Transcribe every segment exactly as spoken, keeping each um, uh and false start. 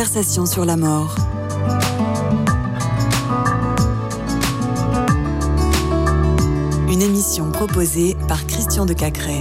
conversations sur la mort. Une émission proposée par Christian de Cacré.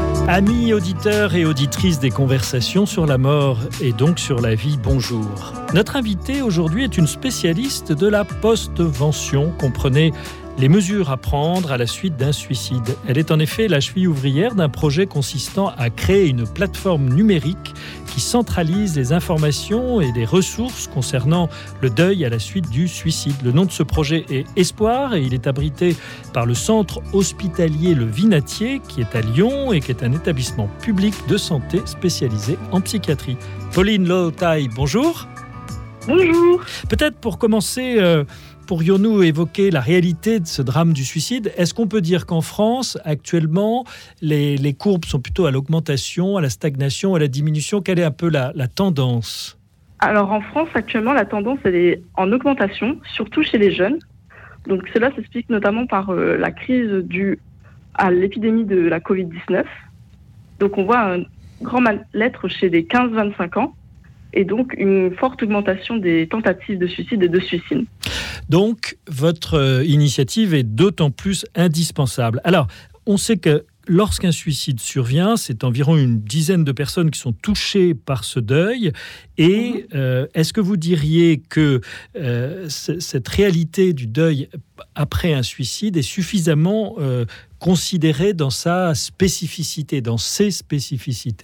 Amis auditeurs et auditrices des conversations sur la mort et donc sur la vie, bonjour. Notre invitée aujourd'hui est une spécialiste de la postvention, comprenez les mesures à prendre à la suite d'un suicide. Elle est en effet la cheville ouvrière d'un projet consistant à créer une plateforme numérique qui centralise les informations et les ressources concernant le deuil à la suite du suicide. Le nom de ce projet est Espoir et il est abrité par le centre hospitalier Le Vinatier qui est à Lyon et qui est un établissement public de santé spécialisé en psychiatrie. Pauline Lotaille, bonjour. Bonjour. Peut-être pour commencer, euh, pourrions-nous évoquer la réalité de ce drame du suicide ? Est-ce qu'on peut dire qu'en France, actuellement, les, les courbes sont plutôt à l'augmentation, à la stagnation, à la diminution ? Quelle est un peu la, la tendance ? Alors en France, actuellement, la tendance elle est en augmentation, surtout chez les jeunes. Donc cela s'explique notamment par euh, la crise due à l'épidémie de la covid dix-neuf. Donc on voit un grand mal-être chez les quinze à vingt-cinq ans. Et donc une forte augmentation des tentatives de suicide et de suicide. Donc, votre euh, initiative est d'autant plus indispensable. Alors, on sait que lorsqu'un suicide survient, c'est environ une dizaine de personnes qui sont touchées par ce deuil. Et euh, est-ce que vous diriez que euh, c- cette réalité du deuil après un suicide est suffisamment euh, considérée dans sa spécificité, dans ses spécificités ?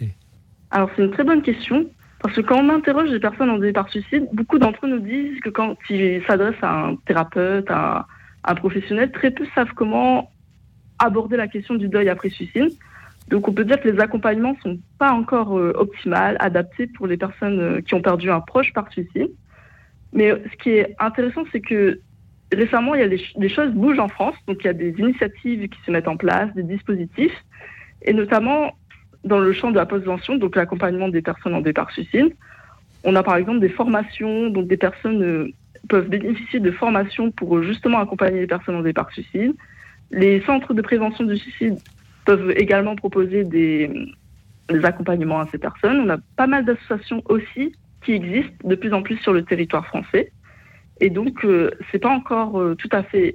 Alors c'est une très bonne question. Parce que quand on interroge des personnes endeuillées par suicide, beaucoup d'entre eux nous disent que quand ils s'adressent à un thérapeute, à un professionnel, très peu savent comment aborder la question du deuil après suicide. Donc on peut dire que les accompagnements ne sont pas encore euh, optimales, adaptés pour les personnes euh, qui ont perdu un proche par suicide. Mais euh, ce qui est intéressant, c'est que récemment, il y a des, des choses bougent en France. Donc il y a des initiatives qui se mettent en place, des dispositifs, et notamment dans le champ de la postvention, donc l'accompagnement des personnes endeuillées par suicide. On a par exemple des formations, donc des personnes euh, peuvent bénéficier de formations pour justement accompagner les personnes endeuillées par suicide. Les centres de prévention du suicide peuvent également proposer des, des accompagnements à ces personnes. On a pas mal d'associations aussi qui existent de plus en plus sur le territoire français. Et donc, euh, c'est pas encore euh, tout à fait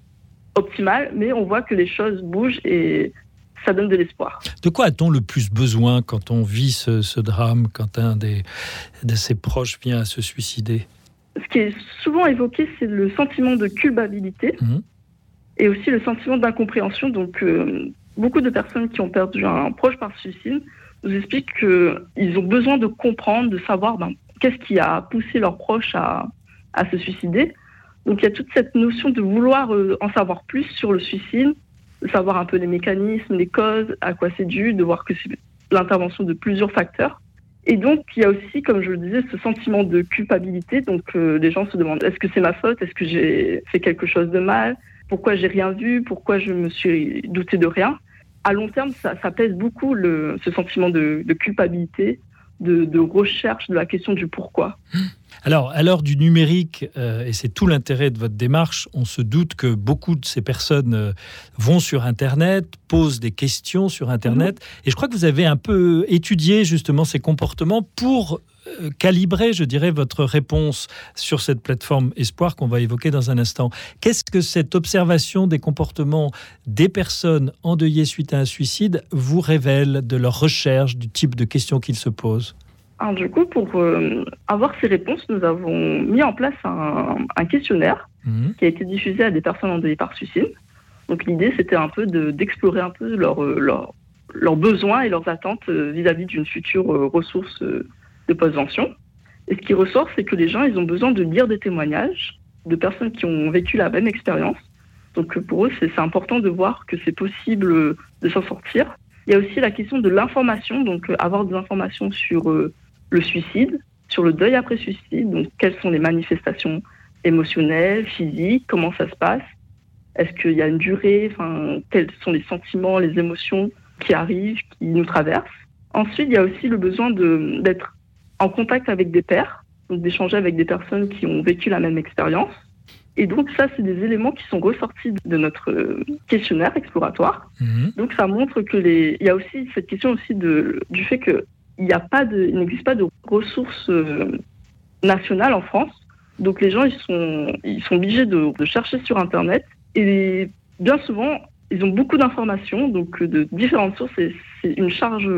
optimal, mais on voit que les choses bougent et ça donne de l'espoir. De quoi a-t-on le plus besoin quand on vit ce, ce drame, quand un des, de ses proches vient à se suicider ? Ce qui est souvent évoqué, c'est le sentiment de culpabilité mmh. et aussi le sentiment d'incompréhension. Donc, euh, beaucoup de personnes qui ont perdu un proche par suicide nous expliquent qu'ils ont besoin de comprendre, de savoir ben, qu'est-ce qui a poussé leur proche à, à se suicider. Donc, il y a toute cette notion de vouloir euh, en savoir plus sur le suicide, de savoir un peu les mécanismes, les causes, à quoi c'est dû, de voir que c'est l'intervention de plusieurs facteurs. Et donc, il y a aussi, comme je le disais, ce sentiment de culpabilité. Donc, euh, les gens se demandent, est-ce que c'est ma faute ? Est-ce que j'ai fait quelque chose de mal ? Pourquoi j'ai rien vu ? Pourquoi je me suis douté de rien ? À long terme, ça, ça pèse beaucoup, le, ce sentiment de, de culpabilité, de, de recherche de la question du pourquoi. Alors, à l'heure du numérique, euh, et c'est tout l'intérêt de votre démarche, on se doute que beaucoup de ces personnes euh, vont sur Internet, posent des questions sur Internet, mmh. et je crois que vous avez un peu étudié justement ces comportements pour euh, calibrer, je dirais, votre réponse sur cette plateforme Espoir qu'on va évoquer dans un instant. Qu'est-ce que cette observation des comportements des personnes endeuillées suite à un suicide vous révèle de leur recherche, du type de questions qu'ils se posent ? Alors, du coup, pour euh, avoir ces réponses, nous avons mis en place un, un questionnaire mmh. qui a été diffusé à des personnes endeuillées par suicide. Donc, l'idée, c'était un peu de, d'explorer un peu leurs leur, leur besoins et leurs attentes vis-à-vis d'une future euh, ressource euh, de postvention. Et ce qui ressort, c'est que les gens, ils ont besoin de lire des témoignages de personnes qui ont vécu la même expérience. Donc, pour eux, c'est, c'est important de voir que c'est possible de s'en sortir. Il y a aussi la question de l'information, donc euh, avoir des informations sur euh, le suicide, sur le deuil après suicide, donc quelles sont les manifestations émotionnelles, physiques, comment ça se passe, est-ce qu'il y a une durée, enfin, quels sont les sentiments, les émotions qui arrivent, qui nous traversent. Ensuite, il y a aussi le besoin de, d'être en contact avec des pairs, donc d'échanger avec des personnes qui ont vécu la même expérience. Et donc ça, c'est des éléments qui sont ressortis de notre questionnaire exploratoire. Mmh. Donc ça montre que les, il y a aussi cette question aussi de, du fait que il n'y a pas de, il n'existe pas de ressources euh, national en France. Donc les gens, ils sont, ils sont obligés de, de chercher sur Internet. Et bien souvent, ils ont beaucoup d'informations, donc de différentes sources. Et c'est une charge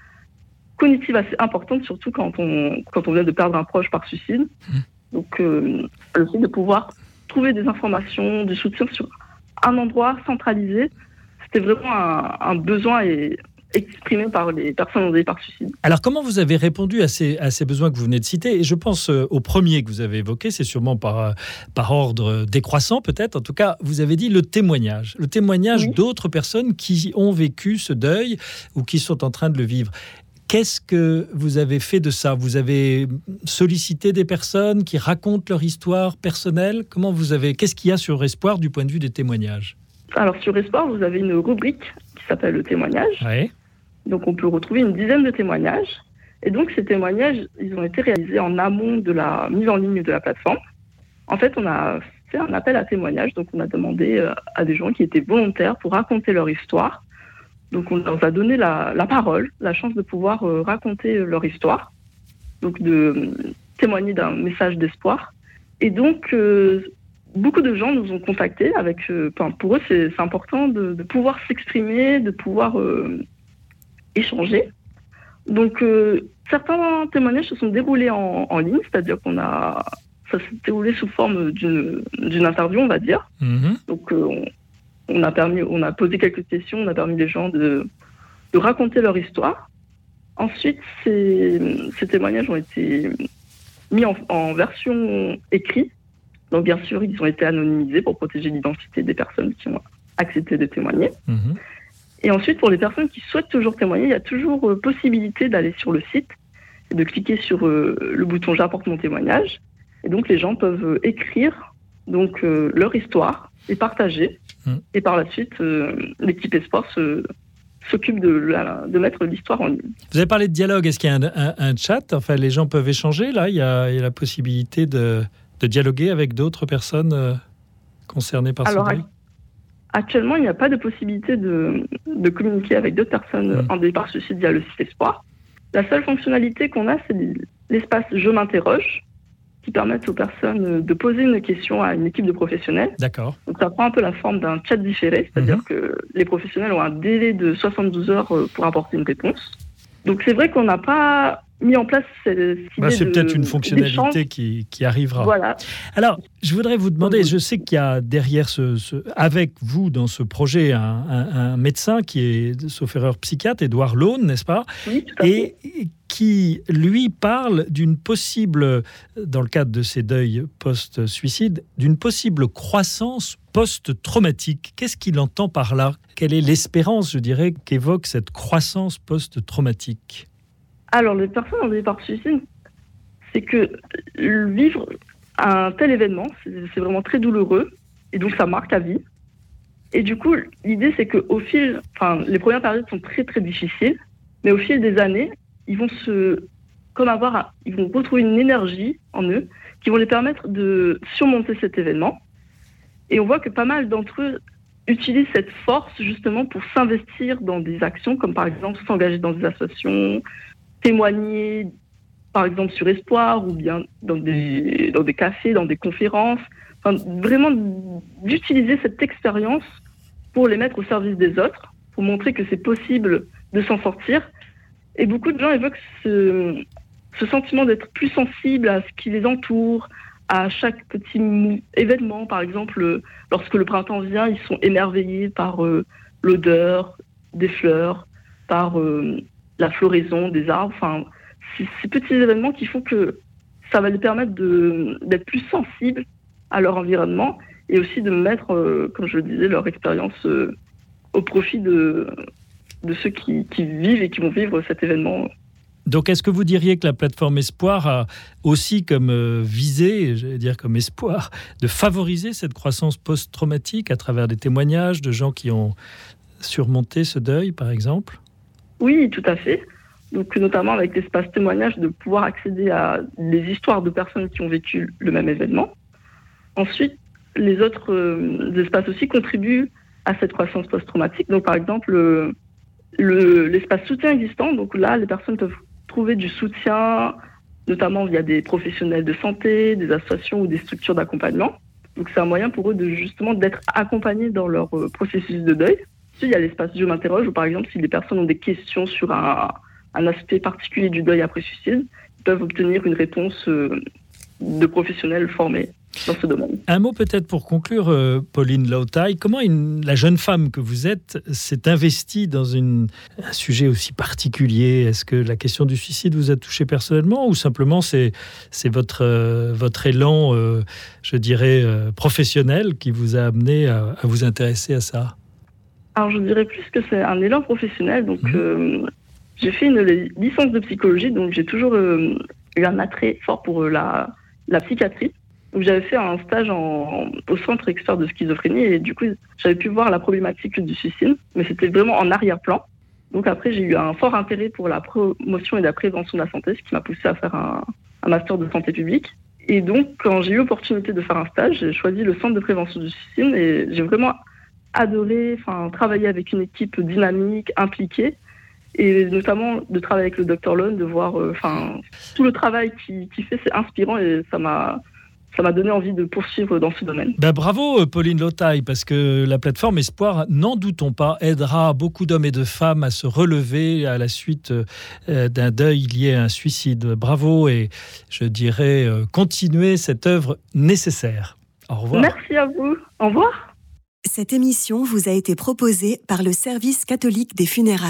cognitive assez importante, surtout quand on, quand on vient de perdre un proche par suicide. Mmh. Donc euh, le fait de pouvoir trouver des informations, du soutien sur un endroit centralisé, c'était vraiment un, un besoin et exprimé par les personnes endeuillées par suicide. Alors, comment vous avez répondu à ces, à ces besoins que vous venez de citer ? Et je pense euh, au premier que vous avez évoqué, c'est sûrement par, euh, par ordre décroissant peut-être. En tout cas, vous avez dit le témoignage. Le témoignage oui. d'autres personnes qui ont vécu ce deuil ou qui sont en train de le vivre. Qu'est-ce que vous avez fait de ça ? Vous avez sollicité des personnes qui racontent leur histoire personnelle ? Comment vous avez... Qu'est-ce qu'il y a sur Espoir du point de vue des témoignages ? Alors, sur Espoir, vous avez une rubrique qui s'appelle le témoignage. Oui. Donc, on peut retrouver une dizaine de témoignages. Et donc, ces témoignages, ils ont été réalisés en amont de la mise en ligne de la plateforme. En fait, on a fait un appel à témoignages. Donc, on a demandé à des gens qui étaient volontaires pour raconter leur histoire. Donc, on leur a donné la, la parole, la chance de pouvoir euh, raconter leur histoire, donc de euh, témoigner d'un message d'espoir. Et donc, euh, beaucoup de gens nous ont contactés. Avec, euh, pour eux, c'est, c'est important de, de pouvoir s'exprimer, de pouvoir euh, échanger. Donc, euh, certains témoignages se sont déroulés en, en ligne, c'est-à-dire qu'on a, ça s'est déroulé sous forme d'une, d'une interview, on va dire. Mmh. Donc, euh, on, On a, permis, on a posé quelques questions, on a permis les gens de, de raconter leur histoire. Ensuite, ces, ces témoignages ont été mis en, en version écrite. Donc, bien sûr, ils ont été anonymisés pour protéger l'identité des personnes qui ont accepté de témoigner. Mmh. Et ensuite, pour les personnes qui souhaitent toujours témoigner, il y a toujours euh, possibilité d'aller sur le site et de cliquer sur euh, le bouton « J'apporte mon témoignage ». Et donc, les gens peuvent écrire donc, euh, leur histoire et partager. Mmh. Et par la suite, euh, l'équipe Espoir se, s'occupe de, la, de mettre l'histoire en ligne. Vous avez parlé de dialogue. Est-ce qu'il y a un, un, un chat ? Enfin, les gens peuvent échanger, là ? Il y a, il y a la possibilité de, de dialoguer avec d'autres personnes euh, concernées par Alors, ce deuil ? Actuellement, il n'y a pas de possibilité de, de communiquer avec d'autres personnes mmh. endeuillées par suicide via le site Espoir. La seule fonctionnalité qu'on a, c'est l'espace « Je m'interroge », qui permettent aux personnes de poser une question à une équipe de professionnels. D'accord. Donc ça prend un peu la forme d'un chat différé, c'est-à-dire mmh. que les professionnels ont un délai de soixante-douze heures pour apporter une réponse. Donc c'est vrai qu'on n'a pas mis en place cette idée bah, c'est de, peut-être une fonctionnalité qui, qui arrivera. Voilà. Alors, je voudrais vous demander, je sais qu'il y a derrière, ce, ce, avec vous dans ce projet, un, un, un médecin qui est, sauf erreur, psychiatre, Édouard Laune, n'est-ce pas ? Oui, tout à et, fait. Et qui, lui, parle d'une possible, dans le cadre de ces deuils post-suicide, d'une possible croissance post-traumatique. Qu'est-ce qu'il entend par là ? Quelle est l'espérance, je dirais, qu'évoque cette croissance post-traumatique ? Alors, les personnes endeuillées par suicide, c'est que vivre un tel événement, c'est, c'est vraiment très douloureux, et donc ça marque à vie. Et du coup, l'idée, c'est qu'au fil, enfin, les premières périodes sont très très difficiles, mais au fil des années, ils vont se, comme avoir, ils vont retrouver une énergie en eux qui vont les permettre de surmonter cet événement. Et on voit que pas mal d'entre eux utilisent cette force justement pour s'investir dans des actions, comme par exemple s'engager dans des associations, témoigner, par exemple sur Espoir, ou bien dans des, dans des cafés, dans des conférences. Enfin, vraiment d'utiliser cette expérience pour les mettre au service des autres, pour montrer que c'est possible de s'en sortir. Et beaucoup de gens évoquent ce, ce sentiment d'être plus sensible à ce qui les entoure, à chaque petit mou- événement. Par exemple, lorsque le printemps vient, ils sont émerveillés par euh, l'odeur des fleurs, par euh, la floraison des arbres. Enfin, c'est ces petits événements qui font que ça va les permettre de, d'être plus sensibles à leur environnement et aussi de mettre, euh, comme je le disais, leur expérience euh, au profit de... de ceux qui, qui vivent et qui vont vivre cet événement. Donc, est-ce que vous diriez que la plateforme Espoir a aussi comme euh, visée, j'allais dire comme espoir, de favoriser cette croissance post-traumatique à travers des témoignages de gens qui ont surmonté ce deuil, par exemple ? Oui, tout à fait. Donc, notamment avec l'espace témoignage, de pouvoir accéder à des histoires de personnes qui ont vécu le même événement. Ensuite, les autres euh, espaces aussi contribuent à cette croissance post-traumatique. Donc, par exemple, euh, Le, l'espace soutien existant, donc là, les personnes peuvent trouver du soutien notamment via des professionnels de santé, des associations ou des structures d'accompagnement. Donc c'est un moyen pour eux de justement d'être accompagnés dans leur euh, processus de deuil. Ensuite, il y a l'espace Je m'interroge, où par exemple, si les personnes ont des questions sur un, un aspect particulier du deuil après suicide, ils peuvent obtenir une réponse euh, de professionnels formés dans ce domaine. Un mot peut-être pour conclure, euh, Pauline Lawtey, comment une, la jeune femme que vous êtes s'est investie dans une, un sujet aussi particulier? Est-ce que la question du suicide vous a touché personnellement, ou simplement c'est, c'est votre, euh, votre élan, euh, je dirais, euh, professionnel qui vous a amené à, à vous intéresser à ça? Alors je dirais plus que c'est un élan professionnel. Donc mmh. euh, j'ai fait une licence de psychologie, donc j'ai toujours euh, eu un attrait fort pour euh, la, la psychiatrie. Donc j'avais fait un stage en, au centre expert de schizophrénie et du coup j'avais pu voir la problématique du suicide, mais c'était vraiment en arrière-plan. Donc après j'ai eu un fort intérêt pour la promotion et la prévention de la santé, ce qui m'a poussé à faire un, un master de santé publique. Et donc quand j'ai eu l'opportunité de faire un stage, j'ai choisi le centre de prévention du suicide et j'ai vraiment adoré enfin, travailler avec une équipe dynamique, impliquée, et notamment de travailler avec le docteur Lone, de voir euh, tout le travail qu'il, qu'il fait, c'est inspirant et ça m'a... Ça m'a donné envie de poursuivre dans ce domaine. Ben bravo Pauline Lawtey, parce que la plateforme Espoir, n'en doutons pas, aidera beaucoup d'hommes et de femmes à se relever à la suite d'un deuil lié à un suicide. Bravo et je dirais continuez cette œuvre nécessaire. Au revoir. Merci à vous. Au revoir. Cette émission vous a été proposée par le Service catholique des funérailles.